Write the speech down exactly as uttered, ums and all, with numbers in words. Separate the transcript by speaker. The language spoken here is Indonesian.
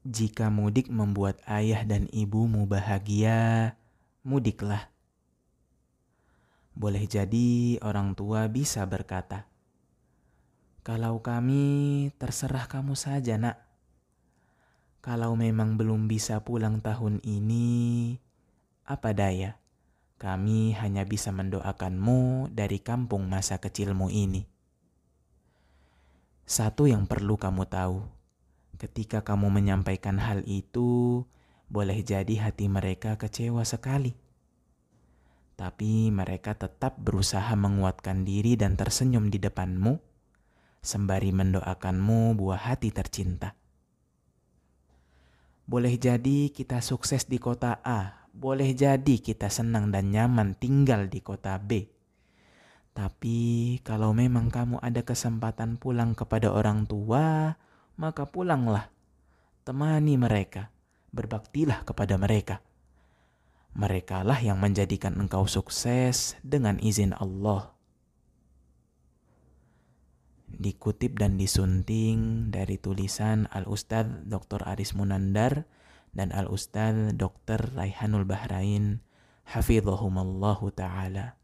Speaker 1: Jika mudik membuat ayah dan ibumu bahagia, mudiklah. Boleh jadi orang tua bisa berkata, "Kalau kami, terserah kamu saja, Nak. Kalau memang belum bisa pulang tahun ini, apa daya? Kami hanya bisa mendoakanmu dari kampung masa kecilmu ini." Satu yang perlu kamu tahu, ketika kamu menyampaikan hal itu, boleh jadi hati mereka kecewa sekali. Tapi mereka tetap berusaha menguatkan diri dan tersenyum di depanmu, sembari mendoakanmu buah hati tercinta. Boleh jadi kita sukses di kota A, boleh jadi kita senang dan nyaman tinggal di kota B. Tapi kalau memang kamu ada kesempatan pulang kepada orang tua, maka pulanglah. Temani mereka, berbaktilah kepada mereka. Merekalah yang menjadikan engkau sukses dengan izin Allah. Dikutip dan disunting dari tulisan Al-Ustadz doktor Aris Munandar dan Al-Ustadz doktor Raihanul Bahrain, Hafidhahumallahu ta'ala.